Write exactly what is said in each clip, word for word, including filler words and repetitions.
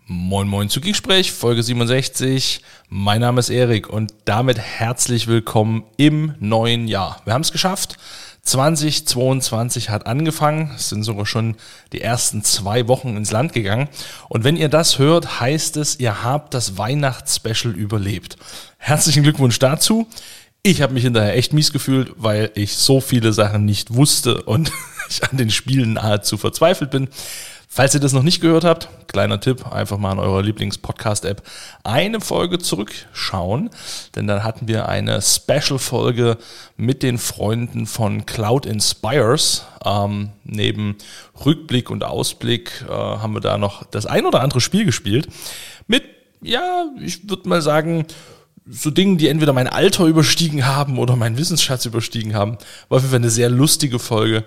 Moin Moin zu Geeksprech, Folge siebenundsechzig. Mein Name ist Erik und damit herzlich willkommen im neuen Jahr. Wir haben es geschafft. zweitausendzweiundzwanzig hat angefangen. Es sind sogar schon die ersten zwei Wochen ins Land gegangen. Und wenn ihr das hört, heißt es, ihr habt das Weihnachtsspecial überlebt. Herzlichen Glückwunsch dazu. Ich habe mich hinterher echt mies gefühlt, weil ich so viele Sachen nicht wusste und ich an den Spielen nahezu verzweifelt bin. Falls ihr das noch nicht gehört habt, kleiner Tipp, einfach mal in eurer Lieblings-Podcast-App eine Folge zurückschauen, denn dann hatten wir eine Special-Folge mit den Freunden von Cloud Inspires. Ähm, neben Rückblick und Ausblick äh, haben wir da noch das ein oder andere Spiel gespielt mit, ja, ich würde mal sagen, so Dingen, die entweder mein Alter überstiegen haben oder meinen Wissensschatz überstiegen haben. War auf jeden Fall eine sehr lustige Folge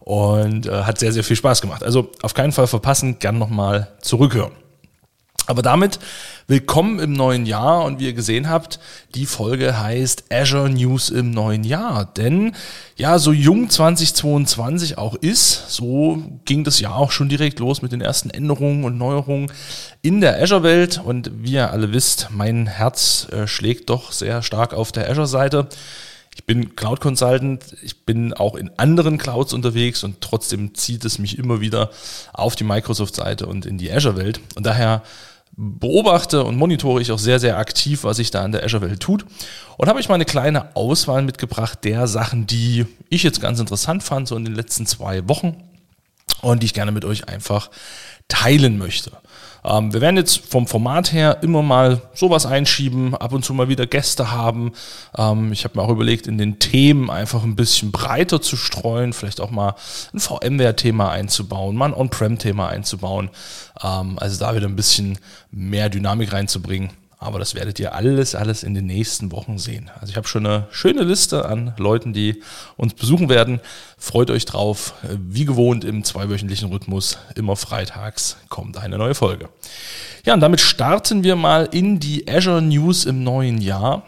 und äh, hat sehr, sehr viel Spaß gemacht. Also auf keinen Fall verpassen, gern nochmal zurückhören. Aber damit willkommen im neuen Jahr und wie ihr gesehen habt, die Folge heißt Azure News im neuen Jahr. Denn ja, so jung zweitausendzweiundzwanzig auch ist, so ging das Jahr auch schon direkt los mit den ersten Änderungen und Neuerungen in der Azure-Welt. Und wie ihr alle wisst, mein Herz äh, schlägt doch sehr stark auf der Azure-Seite. Ich bin Cloud Consultant, ich bin auch in anderen Clouds unterwegs und trotzdem zieht es mich immer wieder auf die Microsoft-Seite und in die Azure-Welt. Und daher beobachte und monitore ich auch sehr, sehr aktiv, was sich da in der Azure-Welt tut. Und habe ich mal eine kleine Auswahl mitgebracht der Sachen, die ich jetzt ganz interessant fand, so in den letzten zwei Wochen und die ich gerne mit euch einfach teilen möchte. Ähm, wir werden jetzt vom Format her immer mal sowas einschieben, ab und zu mal wieder Gäste haben. Ähm, ich habe mir auch überlegt, in den Themen einfach ein bisschen breiter zu streuen, vielleicht auch mal ein VMware-Thema einzubauen, mal ein On-Prem-Thema einzubauen. Ähm, also da wieder ein bisschen mehr Dynamik reinzubringen. Aber das werdet ihr alles, alles in den nächsten Wochen sehen. Also ich habe schon eine schöne Liste an Leuten, die uns besuchen werden. Freut euch drauf. Wie gewohnt im zweiwöchentlichen Rhythmus, immer freitags kommt eine neue Folge. Ja, und damit starten wir mal in die Azure News im neuen Jahr.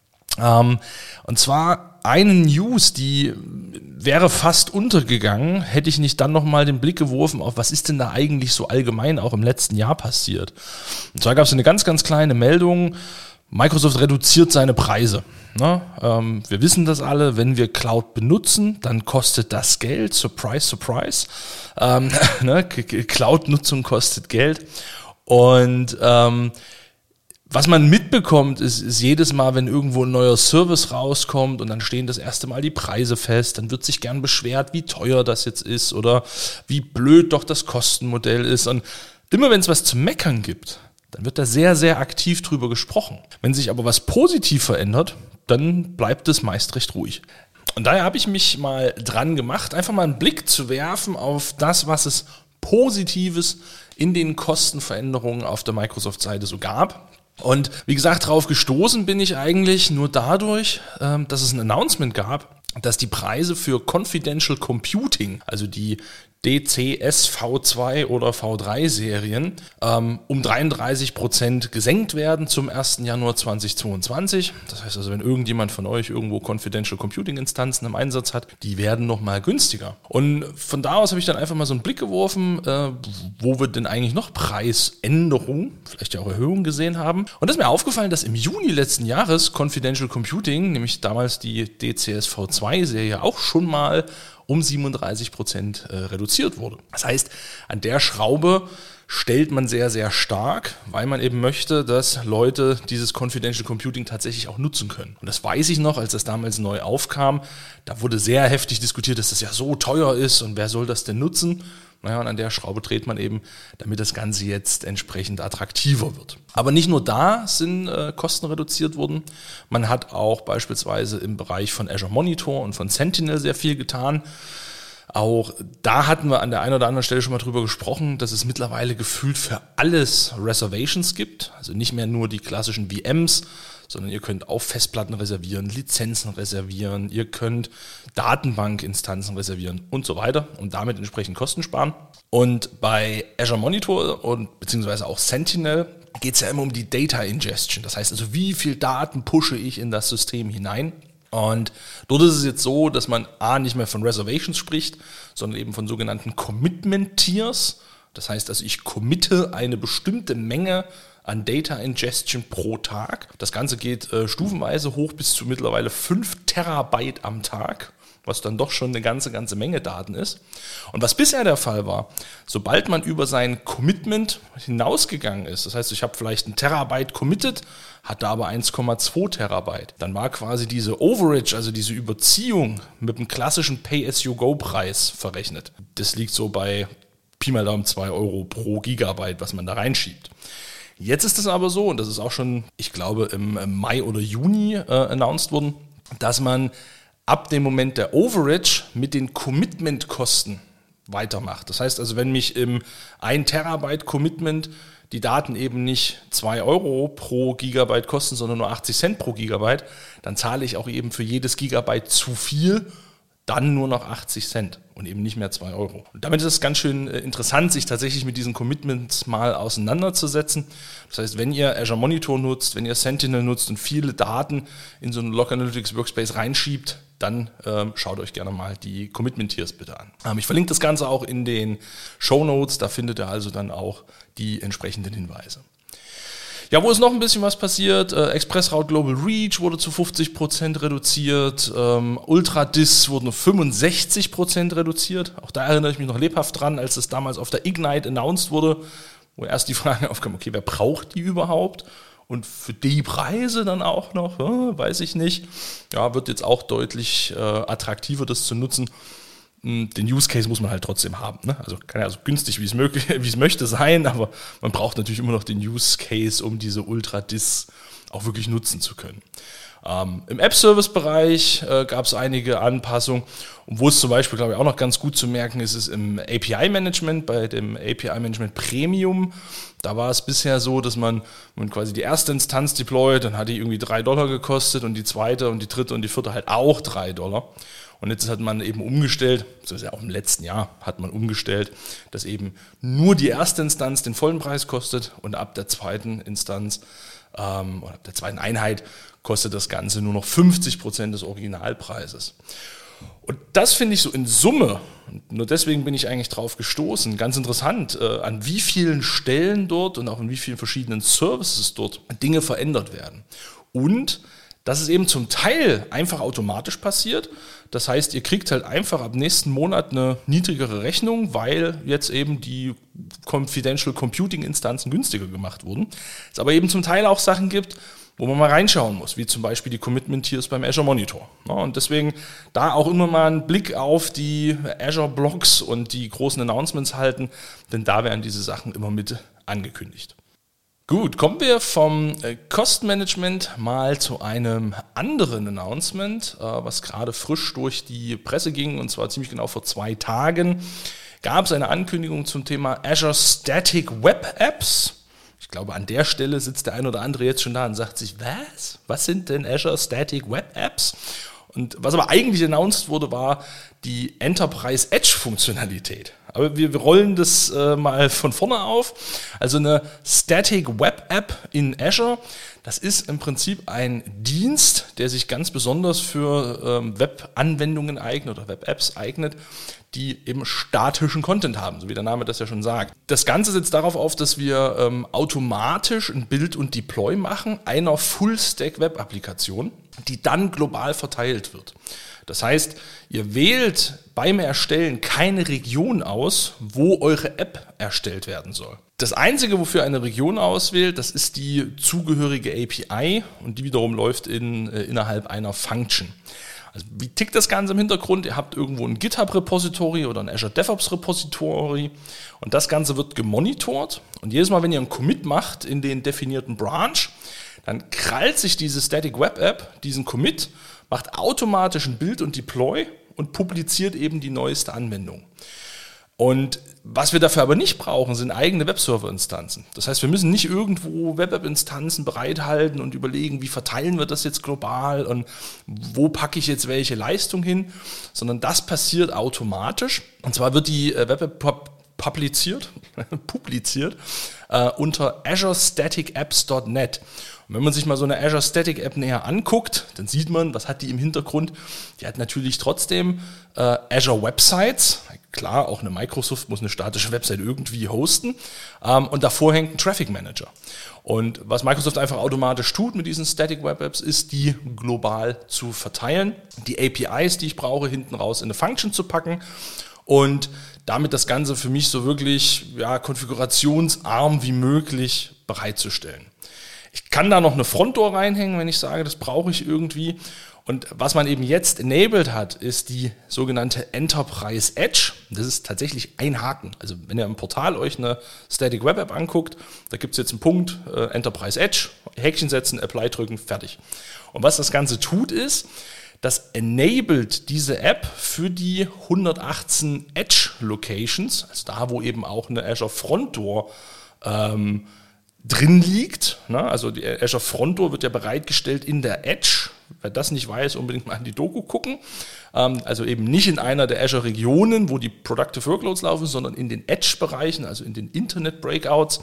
Ähm, und zwar eine News, die wäre fast untergegangen, hätte ich nicht dann nochmal den Blick geworfen auf, was ist denn da eigentlich so allgemein auch im letzten Jahr passiert. Und zwar gab es eine ganz, ganz kleine Meldung, Microsoft reduziert seine Preise. Ne? Ähm, wir wissen das alle, wenn wir Cloud benutzen, dann kostet das Geld, surprise, surprise. Ähm, ne? Cloud-Nutzung kostet Geld und ähm, was man mitbekommt, ist, ist jedes Mal, wenn irgendwo ein neuer Service rauskommt und dann stehen das erste Mal die Preise fest, dann wird sich gern beschwert, wie teuer das jetzt ist oder wie blöd doch das Kostenmodell ist. Und immer wenn es was zu meckern gibt, dann wird da sehr, sehr aktiv drüber gesprochen. Wenn sich aber was positiv verändert, dann bleibt es meist recht ruhig. Und daher habe ich mich mal dran gemacht, einfach mal einen Blick zu werfen auf das, was es Positives in den Kostenveränderungen auf der Microsoft-Seite so gab. Und wie gesagt, drauf gestoßen bin ich eigentlich nur dadurch, dass es ein Announcement gab, dass die Preise für Confidential Computing, also die D C S V zwei oder V drei Serien, ähm, um dreiunddreißig Prozent gesenkt werden zum ersten Januar zweitausendzweiundzwanzig. Das heißt also, wenn irgendjemand von euch irgendwo Confidential Computing Instanzen im Einsatz hat, die werden nochmal günstiger. Und von da aus habe ich dann einfach mal so einen Blick geworfen, äh, wo wir denn eigentlich noch Preisänderungen, vielleicht ja auch Erhöhungen gesehen haben. Und da ist mir aufgefallen, dass im Juni letzten Jahres Confidential Computing, nämlich damals die D C S V zwei Serie, auch schon mal um siebenunddreißig Prozent äh, reduziert wurde. Das heißt, an der Schraube stellt man sehr, sehr stark, weil man eben möchte, dass Leute dieses Confidential Computing tatsächlich auch nutzen können. Und das weiß ich noch, als das damals neu aufkam, da wurde sehr heftig diskutiert, dass das ja so teuer ist und wer soll das denn nutzen? Naja, und an der Schraube dreht man eben, damit das Ganze jetzt entsprechend attraktiver wird. Aber nicht nur da sind äh, Kosten reduziert worden. Man hat auch beispielsweise im Bereich von Azure Monitor und von Sentinel sehr viel getan. Auch da hatten wir an der einen oder anderen Stelle schon mal drüber gesprochen, dass es mittlerweile gefühlt für alles Reservations gibt. Also nicht mehr nur die klassischen V Ms, sondern ihr könnt auch Festplatten reservieren, Lizenzen reservieren, ihr könnt Datenbankinstanzen reservieren und so weiter und damit entsprechend Kosten sparen. Und bei Azure Monitor und beziehungsweise auch Sentinel geht es ja immer um die Data Ingestion. Das heißt also, wie viel Daten pushe ich in das System hinein? Und dort ist es jetzt so, dass man A, nicht mehr von Reservations spricht, sondern eben von sogenannten Commitment Tiers. Das heißt also, ich committe eine bestimmte Menge an Data Ingestion pro Tag. Das Ganze geht äh, stufenweise hoch bis zu mittlerweile fünf Terabyte am Tag, was dann doch schon eine ganze, ganze Menge Daten ist. Und was bisher der Fall war, sobald man über sein Commitment hinausgegangen ist, das heißt, ich habe vielleicht ein Terabyte committed, hatte aber eins Komma zwei Terabyte, dann war quasi diese Overage, also diese Überziehung mit dem klassischen Pay-as-you-go-Preis verrechnet. Das liegt so bei Pi mal Daumen zwei Euro pro Gigabyte, was man da reinschiebt. Jetzt ist es aber so, und das ist auch schon, ich glaube, im Mai oder Juni äh, announced worden, dass man ab dem Moment der Overage mit den Commitment-Kosten weitermacht. Das heißt also, wenn mich im ein Terabyte Commitment die Daten eben nicht zwei Euro pro Gigabyte kosten, sondern nur achtzig Cent pro Gigabyte, dann zahle ich auch eben für jedes Gigabyte zu viel, dann nur noch achtzig Cent und eben nicht mehr zwei Euro. Und damit ist es ganz schön interessant, sich tatsächlich mit diesen Commitments mal auseinanderzusetzen. Das heißt, wenn ihr Azure Monitor nutzt, wenn ihr Sentinel nutzt und viele Daten in so einen Log Analytics Workspace reinschiebt, dann ähm, schaut euch gerne mal die Commitment-Tiers bitte an. Ähm, ich verlinke das Ganze auch in den Shownotes, da findet ihr also dann auch die entsprechenden Hinweise. Ja, wo ist noch ein bisschen was passiert? Äh, ExpressRoute Global Reach wurde zu fünfzig Prozent reduziert, ähm, UltraDis wurde nur fünfundsechzig Prozent reduziert. Auch da erinnere ich mich noch lebhaft dran, als es damals auf der Ignite announced wurde, wo erst die Frage aufkam, okay, wer braucht die überhaupt? Und für die Preise dann auch noch, ja, weiß ich nicht. Ja, wird jetzt auch deutlich äh, attraktiver, das zu nutzen. Den Use Case muss man halt trotzdem haben. Ne? Also kann ja so günstig, wie es möglich, wie es möchte sein, aber man braucht natürlich immer noch den Use Case, um diese UltraDis auch wirklich nutzen zu können. Ähm, Im App-Service-Bereich äh, gab es einige Anpassungen. Und wo es zum Beispiel, glaube ich, auch noch ganz gut zu merken ist, ist im A P I-Management, bei dem A P I-Management Premium. Da war es bisher so, dass man, man quasi die erste Instanz deployt, dann hat die irgendwie drei Dollar gekostet und die zweite und die dritte und die vierte halt auch drei Dollar. Und jetzt hat man eben umgestellt, das ist ja auch im letzten Jahr, hat man umgestellt, dass eben nur die erste Instanz den vollen Preis kostet und ab der zweiten Instanz ähm, oder ab der zweiten Einheit kostet das Ganze nur noch fünfzig Prozent des Originalpreises. Und das finde ich so in Summe, und nur deswegen bin ich eigentlich drauf gestoßen, ganz interessant, äh, an wie vielen Stellen dort und auch in wie vielen verschiedenen Services dort Dinge verändert werden. Und dass es eben zum Teil einfach automatisch passiert. Das heißt, ihr kriegt halt einfach ab nächsten Monat eine niedrigere Rechnung, weil jetzt eben die Confidential Computing Instanzen günstiger gemacht wurden. Es aber eben zum Teil auch Sachen gibt, wo man mal reinschauen muss, wie zum Beispiel die Commitment Tiers beim Azure Monitor. Und deswegen da auch immer mal einen Blick auf die Azure Blogs und die großen Announcements halten, denn da werden diese Sachen immer mit angekündigt. Gut, kommen wir vom Kostenmanagement mal zu einem anderen Announcement, was gerade frisch durch die Presse ging, und zwar ziemlich genau vor zwei Tagen gab es eine Ankündigung zum Thema Azure Static Web Apps. Ich glaube, an der Stelle sitzt der ein oder andere jetzt schon da und sagt sich, was? Was sind denn Azure Static Web Apps? Und was aber eigentlich announced wurde, war die Enterprise Edge Funktionalität. Aber wir rollen das äh, mal von vorne auf. Also eine Static Web App in Azure, das ist im Prinzip ein Dienst, der sich ganz besonders für ähm, Web-Anwendungen eignet oder Web-Apps eignet, die eben statischen Content haben, so wie der Name das ja schon sagt. Das Ganze setzt darauf auf, dass wir ähm, automatisch ein Build und Deploy machen einer Full-Stack-Web-Applikation, die dann global verteilt wird. Das heißt, ihr wählt beim Erstellen keine Region aus, wo eure App erstellt werden soll. Das Einzige, wofür eine Region auswählt, das ist die zugehörige A P I und die wiederum läuft in, äh, innerhalb einer Function. Also wie tickt das Ganze im Hintergrund? Ihr habt irgendwo ein GitHub-Repository oder ein Azure DevOps-Repository und das Ganze wird gemonitort und jedes Mal, wenn ihr einen Commit macht in den definierten Branch, dann krallt sich diese Static Web App diesen Commit, macht automatisch ein Build und Deploy und publiziert eben die neueste Anwendung. Und was wir dafür aber nicht brauchen, sind eigene Webserver-Instanzen. Das heißt, wir müssen nicht irgendwo Web-App-Instanzen bereithalten und überlegen, wie verteilen wir das jetzt global und wo packe ich jetzt welche Leistung hin, sondern das passiert automatisch. Und zwar wird die Web-App publiziert, publiziert äh, unter azure static apps dot net. Und wenn man sich mal so eine Azure Static App näher anguckt, dann sieht man, was hat die im Hintergrund? Die hat natürlich trotzdem äh, Azure Websites. Klar, auch eine Microsoft muss eine statische Website irgendwie hosten. Ähm, und davor hängt ein Traffic Manager. Und was Microsoft einfach automatisch tut mit diesen Static Web Apps, ist, die global zu verteilen, die A P Is, die ich brauche, hinten raus in eine Function zu packen und damit das Ganze für mich so wirklich ja, konfigurationsarm wie möglich bereitzustellen. Ich kann da noch eine Frontdoor reinhängen, wenn ich sage, das brauche ich irgendwie. Und was man eben jetzt enabled hat, ist die sogenannte Enterprise Edge. Das ist tatsächlich ein Haken. Also wenn ihr im Portal euch eine Static Web App anguckt, da gibt es jetzt einen Punkt, äh, Enterprise Edge, Häkchen setzen, Apply drücken, fertig. Und was das Ganze tut ist, das enabled diese App für die hundertachtzehn Edge Locations, also da, wo eben auch eine Azure Frontdoor ähm, drin liegt. Also die Azure Frontdoor wird ja bereitgestellt in der Edge. Wer das nicht weiß, unbedingt mal in die Doku gucken. Also eben nicht in einer der Azure-Regionen, wo die Productive Workloads laufen, sondern in den Edge-Bereichen, also in den Internet-Breakouts.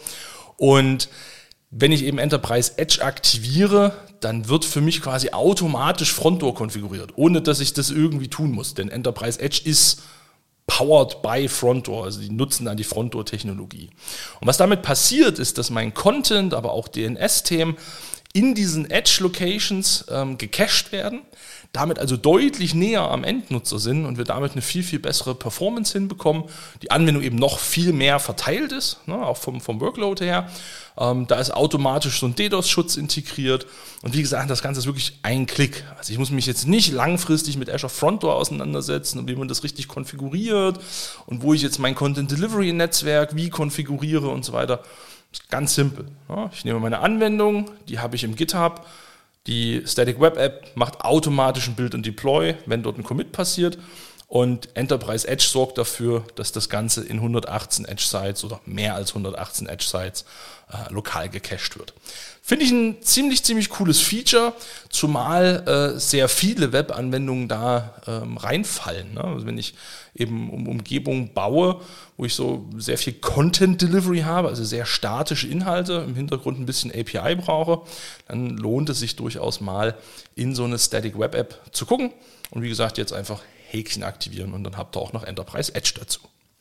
Und wenn ich eben Enterprise Edge aktiviere, dann wird für mich quasi automatisch Frontdoor konfiguriert, ohne dass ich das irgendwie tun muss. Denn Enterprise Edge ist powered by Frontdoor, also die nutzen dann die Frontdoor-Technologie. Und was damit passiert, ist, dass mein Content, aber auch D N S-Themen in diesen Edge-Locations ähm, gecached werden, damit also deutlich näher am Endnutzer sind und wir damit eine viel, viel bessere Performance hinbekommen, die Anwendung eben noch viel mehr verteilt ist, ne, auch vom, vom Workload her. Ähm, da ist automatisch so ein DDoS-Schutz integriert und wie gesagt, das Ganze ist wirklich ein Klick. Also ich muss mich jetzt nicht langfristig mit Azure Frontdoor auseinandersetzen und wie man das richtig konfiguriert und wo ich jetzt mein Content-Delivery-Netzwerk wie konfiguriere und so weiter. Das ist ganz simpel. Ja, ich nehme meine Anwendung, die habe ich im GitHub. Die Static Web App macht automatisch ein Build und Deploy, wenn dort ein Commit passiert. Und Enterprise Edge sorgt dafür, dass das Ganze in hundertachtzehn Edge Sites oder mehr als hundertachtzehn Edge Sites äh, lokal gecached wird. Finde ich ein ziemlich, ziemlich cooles Feature, zumal äh, sehr viele Webanwendungen da ähm, reinfallen. Ne? Also wenn ich eben um Umgebungen baue, wo ich so sehr viel Content Delivery habe, also sehr statische Inhalte, im Hintergrund ein bisschen A P I brauche, dann lohnt es sich durchaus mal in so eine Static Web App zu gucken. Und wie gesagt, jetzt einfach Häkchen aktivieren und dann habt ihr auch noch Enterprise Edge dazu.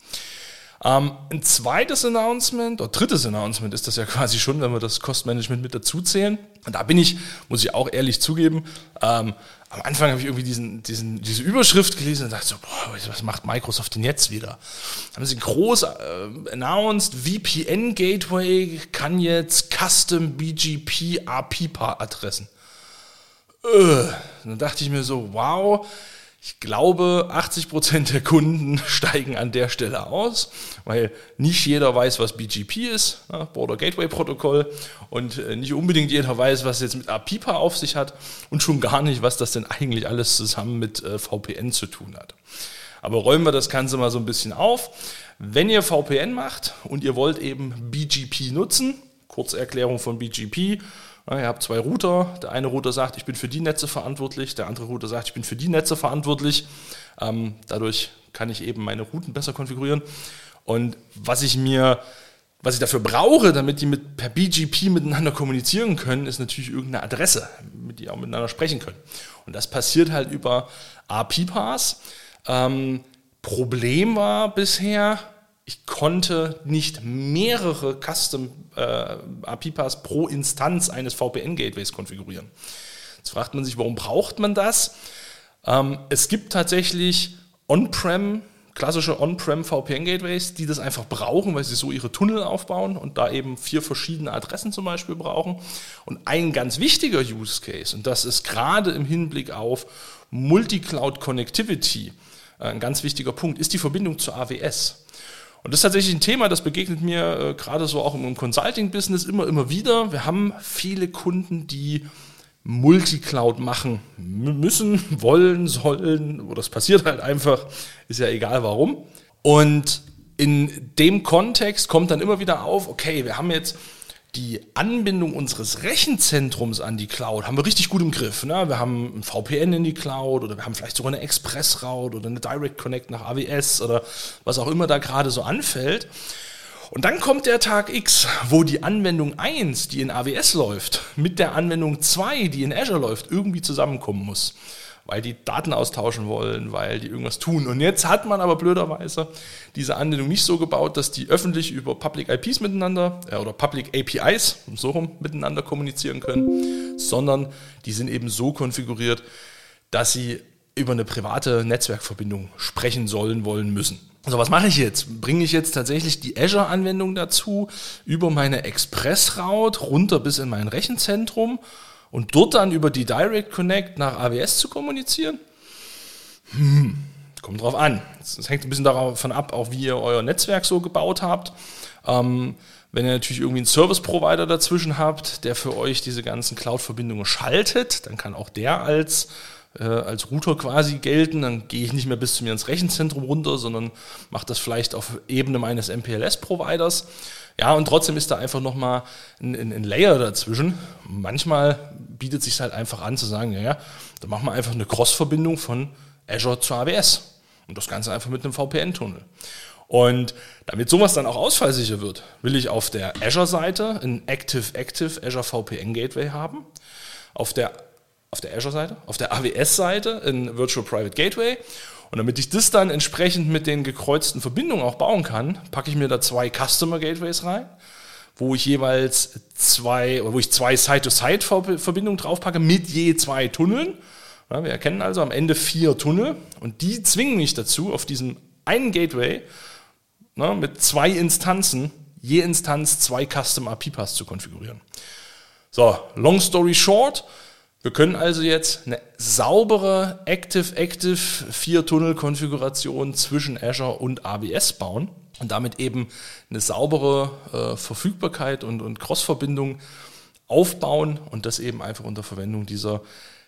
Ähm, ein zweites Announcement, oder drittes Announcement ist das ja quasi schon, wenn wir das Cost Management mit dazu zählen. Und da bin ich, muss ich auch ehrlich zugeben, ähm, am Anfang habe ich irgendwie diesen, diesen, diese Überschrift gelesen und dachte so, boah, was macht Microsoft denn jetzt wieder? Haben sie groß äh, announced, V P N Gateway kann jetzt Custom B G P A P I P-Adressen. Äh, dann dachte ich mir so, wow, ich glaube, achtzig Prozent der Kunden steigen an der Stelle aus, weil nicht jeder weiß, was B G P ist, ne, Border Gateway Protokoll, und nicht unbedingt jeder weiß, was jetzt mit A P I P A auf sich hat und schon gar nicht, was das denn eigentlich alles zusammen mit äh, V P N zu tun hat. Aber räumen wir das Ganze mal so ein bisschen auf. Wenn ihr V P N macht und ihr wollt eben B G P nutzen, Kurzerklärung von B G P, ja, ihr habt zwei Router, der eine Router sagt, ich bin für die Netze verantwortlich, der andere Router sagt, ich bin für die Netze verantwortlich. Ähm, dadurch kann ich eben meine Routen besser konfigurieren. Und was ich mir, was ich dafür brauche, damit die mit, per B G P miteinander kommunizieren können, ist natürlich irgendeine Adresse, mit die auch miteinander sprechen können. Und das passiert halt über A P I P As. Ähm, Problem war bisher, ich konnte nicht mehrere Custom äh, A P I P As pro Instanz eines V P N-Gateways konfigurieren. Jetzt fragt man sich, warum braucht man das? Ähm, es gibt tatsächlich On-Prem, klassische On-Prem V P N-Gateways, die das einfach brauchen, weil sie so ihre Tunnel aufbauen und da eben vier verschiedene Adressen zum Beispiel brauchen. Und ein ganz wichtiger Use Case, und das ist gerade im Hinblick auf Multi-Cloud Connectivity ein ganz wichtiger Punkt, ist die Verbindung zur A W S. Und das ist tatsächlich ein Thema, das begegnet mir äh, gerade so auch im Consulting-Business immer, immer wieder. Wir haben viele Kunden, die Multicloud machen müssen, wollen, sollen, oder es passiert halt einfach, ist ja egal warum. Und in dem Kontext kommt dann immer wieder auf, okay, wir haben jetzt die Anbindung unseres Rechenzentrums an die Cloud haben wir richtig gut im Griff. Ne? Wir haben ein V P N in die Cloud oder wir haben vielleicht sogar eine Express-Route oder eine Direct Connect nach A W S oder was auch immer da gerade so anfällt. Und dann kommt der Tag X, wo die Anwendung eins, die in A W S läuft, mit der Anwendung zwei, die in Azure läuft, irgendwie zusammenkommen muss. Weil die Daten austauschen wollen, weil die irgendwas tun. Und jetzt hat man aber blöderweise diese Anwendung nicht so gebaut, dass die öffentlich über Public I Ps miteinander äh, oder Public A P Is so rum miteinander kommunizieren können, sondern die sind eben so konfiguriert, dass sie über eine private Netzwerkverbindung sprechen sollen, wollen, müssen. Also was mache ich jetzt? Bringe ich jetzt tatsächlich die Azure-Anwendung dazu, über meine Express-Route runter bis in mein Rechenzentrum und dort dann über die Direct Connect nach A W S zu kommunizieren? Hm, kommt drauf an. Es hängt ein bisschen davon ab, auch wie ihr euer Netzwerk so gebaut habt. Ähm, wenn ihr natürlich irgendwie einen Service-Provider dazwischen habt, der für euch diese ganzen Cloud-Verbindungen schaltet, dann kann auch der als, äh, als Router quasi gelten. Dann gehe ich nicht mehr bis zu mir ins Rechenzentrum runter, sondern mache das vielleicht auf Ebene meines M P L S-Providers. Ja, und trotzdem ist da einfach nochmal ein, ein, ein Layer dazwischen. Manchmal bietet es sich halt einfach an zu sagen, ja, ja, dann machen wir einfach eine Cross-Verbindung von Azure zu A W S und das Ganze einfach mit einem V P N-Tunnel. Und damit sowas dann auch ausfallsicher wird, will ich auf der Azure-Seite ein Active-Active Azure V P N-Gateway haben, auf der, auf der Azure-Seite, auf der A W S-Seite ein Virtual Private Gateway. Und damit ich das dann entsprechend mit den gekreuzten Verbindungen auch bauen kann, packe ich mir da zwei Customer Gateways rein, wo ich jeweils zwei, oder wo ich zwei Side-to-Side-Verbindungen draufpacke mit je zwei Tunneln. Ja, wir erkennen also am Ende vier Tunnel und die zwingen mich dazu, auf diesem einen Gateway na, mit zwei Instanzen, je Instanz zwei Custom A P Paths zu konfigurieren. So, long story short, wir können also jetzt eine saubere Active-Active vier-Tunnel-Konfiguration zwischen Azure und A W S bauen und damit eben eine saubere äh, Verfügbarkeit und, und Cross-Verbindung aufbauen und das eben einfach unter Verwendung dieser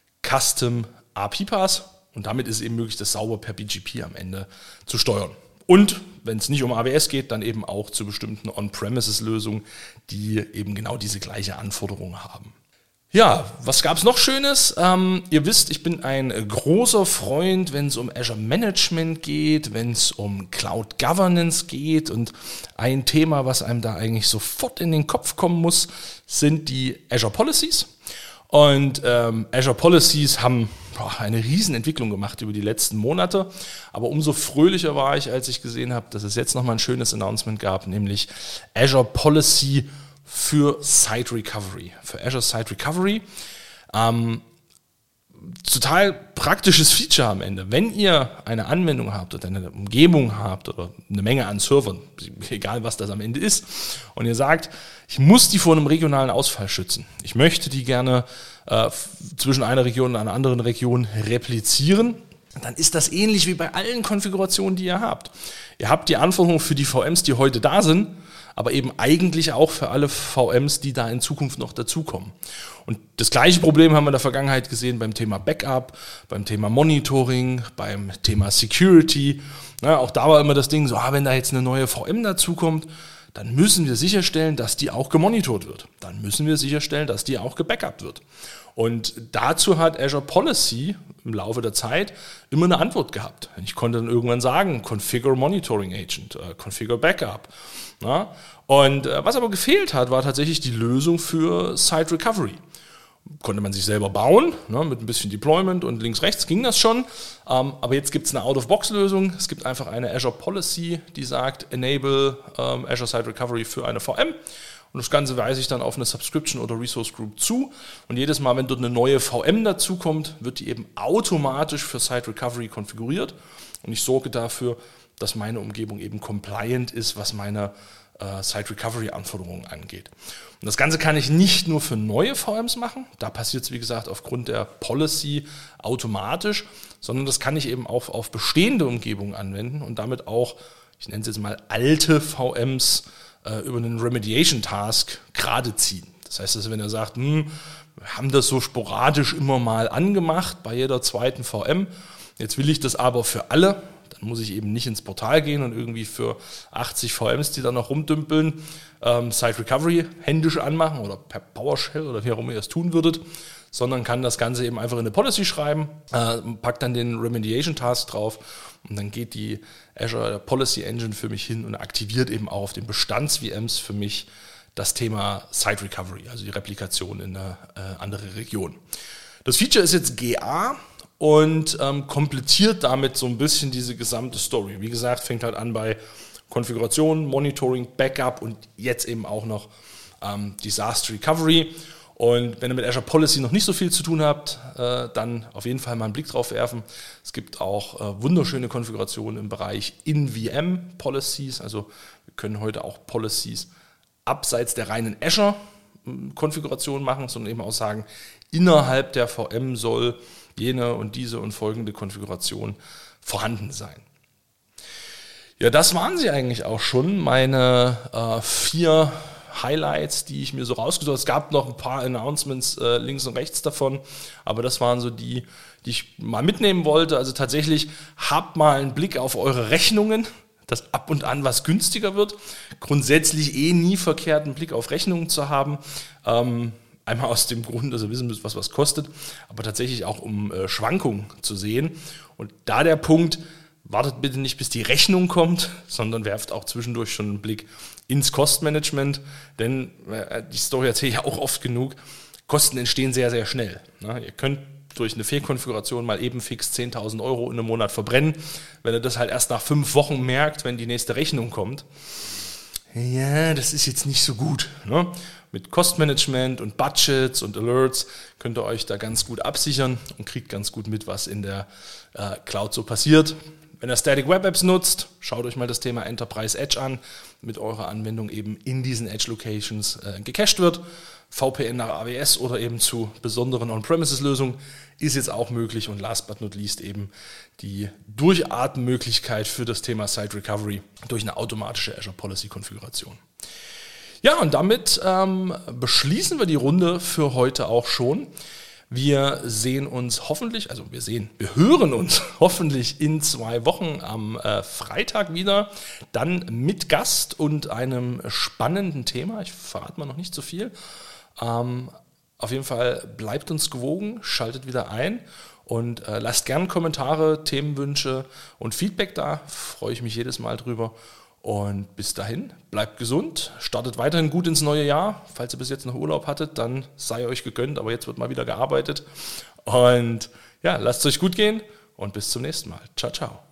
Custom A P Paths. Und damit ist es eben möglich, das sauber per B G P am Ende zu steuern. Und wenn es nicht um A W S geht, dann eben auch zu bestimmten On-Premises-Lösungen, die eben genau diese gleiche Anforderung haben. Ja, was gab es noch Schönes? Ähm, ihr wisst, ich bin ein großer Freund, wenn es um Azure Management geht, wenn es um Cloud Governance geht. Und ein Thema, was einem da eigentlich sofort in den Kopf kommen muss, sind die Azure Policies. Und ähm, Azure Policies haben boah, eine Riesenentwicklung gemacht über die letzten Monate. Aber umso fröhlicher war ich, als ich gesehen habe, dass es jetzt nochmal ein schönes Announcement gab, nämlich Azure Policy für Site Recovery, für Azure Site Recovery. Ähm, total praktisches Feature am Ende. Wenn ihr eine Anwendung habt oder eine Umgebung habt oder eine Menge an Servern, egal was das am Ende ist, und ihr sagt, ich muss die vor einem regionalen Ausfall schützen. Ich möchte die gerne äh, zwischen einer Region und einer anderen Region replizieren, dann ist das ähnlich wie bei allen Konfigurationen, die ihr habt. Ihr habt die Anforderungen für die V Ms, die heute da sind, aber eben eigentlich auch für alle V Ms, die da in Zukunft noch dazukommen. Und das gleiche Problem haben wir in der Vergangenheit gesehen beim Thema Backup, beim Thema Monitoring, beim Thema Security. Ja, auch da war immer das Ding so, ah, wenn da jetzt eine neue V M dazukommt, dann müssen wir sicherstellen, dass die auch gemonitort wird. Dann müssen wir sicherstellen, dass die auch gebackupt wird. Und dazu hat Azure Policy im Laufe der Zeit immer eine Antwort gehabt. Ich konnte dann irgendwann sagen, Configure Monitoring Agent, äh, Configure Backup. Na? Und äh, was aber gefehlt hat, war tatsächlich die Lösung für Site Recovery. Konnte man sich selber bauen, ne, mit ein bisschen Deployment und links, rechts ging das schon. Ähm, aber jetzt gibt es eine Out-of-Box-Lösung. Es gibt einfach eine Azure Policy, die sagt, enable ähm, Azure Site Recovery für eine V M. Und das Ganze weise ich dann auf eine Subscription oder Resource Group zu. Und jedes Mal, wenn dort eine neue V M dazukommt, wird die eben automatisch für Site Recovery konfiguriert. Und ich sorge dafür, dass meine Umgebung eben compliant ist, was meine äh, Site Recovery Anforderungen angeht. Und das Ganze kann ich nicht nur für neue V Ms machen, da passiert es wie gesagt aufgrund der Policy automatisch, sondern das kann ich eben auch auf bestehende Umgebungen anwenden und damit auch, ich nenne es jetzt mal alte V Ms, äh, über einen Remediation Task gerade ziehen. Das heißt, dass wenn er sagt, hm, wir haben das so sporadisch immer mal angemacht bei jeder zweiten V M, jetzt will ich das aber für alle, Dann muss ich eben nicht ins Portal gehen und irgendwie für achtzig V Ms, die da noch rumdümpeln, ähm, Site Recovery händisch anmachen oder per PowerShell oder wie auch immer ihr es tun würdet, sondern kann das Ganze eben einfach in eine Policy schreiben, äh, packt dann den Remediation Task drauf und dann geht die Azure Policy Engine für mich hin und aktiviert eben auch auf den Bestands-V Ms für mich das Thema Site Recovery, also die Replikation in eine äh, andere Region. Das Feature ist jetzt G A und ähm, komplettiert damit so ein bisschen diese gesamte Story. Wie gesagt, fängt halt an bei Konfiguration, Monitoring, Backup und jetzt eben auch noch ähm, Disaster Recovery. Und wenn ihr mit Azure Policy noch nicht so viel zu tun habt, äh, dann auf jeden Fall mal einen Blick drauf werfen. Es gibt auch äh, wunderschöne Konfigurationen im Bereich In-V M Policies. Also wir können heute auch Policies abseits der reinen Azure-Konfiguration machen, sondern eben auch sagen, innerhalb der V M soll jene und diese und folgende Konfiguration vorhanden sein. Ja, das waren sie eigentlich auch schon, meine äh, vier Highlights, die ich mir so rausgesucht habe. Es gab noch ein paar Announcements äh, links und rechts davon, aber das waren so die, die ich mal mitnehmen wollte. Also tatsächlich, habt mal einen Blick auf eure Rechnungen, dass ab und an was günstiger wird. Grundsätzlich eh nie verkehrt, einen Blick auf Rechnungen zu haben. Ähm, einmal aus dem Grund, dass ihr wissen müsst, was was kostet, aber tatsächlich auch um äh, Schwankungen zu sehen. Und da der Punkt, wartet bitte nicht, bis die Rechnung kommt, sondern werft auch zwischendurch schon einen Blick ins Kostenmanagement, denn äh, die Story erzähle ich ja auch oft genug, Kosten entstehen sehr, sehr schnell. Ne? Ihr könnt durch eine Fehlkonfiguration mal eben fix zehntausend Euro in einem Monat verbrennen. Wenn ihr das halt erst nach fünf Wochen merkt, wenn die nächste Rechnung kommt, ja, das ist jetzt nicht so gut. Ne? Mit Kostenmanagement und Budgets und Alerts könnt ihr euch da ganz gut absichern und kriegt ganz gut mit, was in der äh, Cloud so passiert. Wenn ihr Static Web Apps nutzt, schaut euch mal das Thema Enterprise Edge an, mit eurer Anwendung eben in diesen Edge Locations äh, gecached wird. V P N nach A W S oder eben zu besonderen On-Premises-Lösungen ist jetzt auch möglich und last but not least eben die Durchatmenmöglichkeit für das Thema Site Recovery durch eine automatische Azure Policy Konfiguration. Ja, und damit ähm, beschließen wir die Runde für heute auch schon. Wir sehen uns hoffentlich, also wir sehen, wir hören uns hoffentlich in zwei Wochen am äh, Freitag wieder, dann mit Gast und einem spannenden Thema. Ich verrate mal noch nicht so viel. Ähm, auf jeden Fall bleibt uns gewogen, schaltet wieder ein und äh, lasst gern Kommentare, Themenwünsche und Feedback da. Freue ich mich jedes Mal drüber. Und bis dahin, bleibt gesund, startet weiterhin gut ins neue Jahr. Falls ihr bis jetzt noch Urlaub hattet, dann sei euch gegönnt, aber jetzt wird mal wieder gearbeitet. Und ja, lasst es euch gut gehen und bis zum nächsten Mal. Ciao, ciao.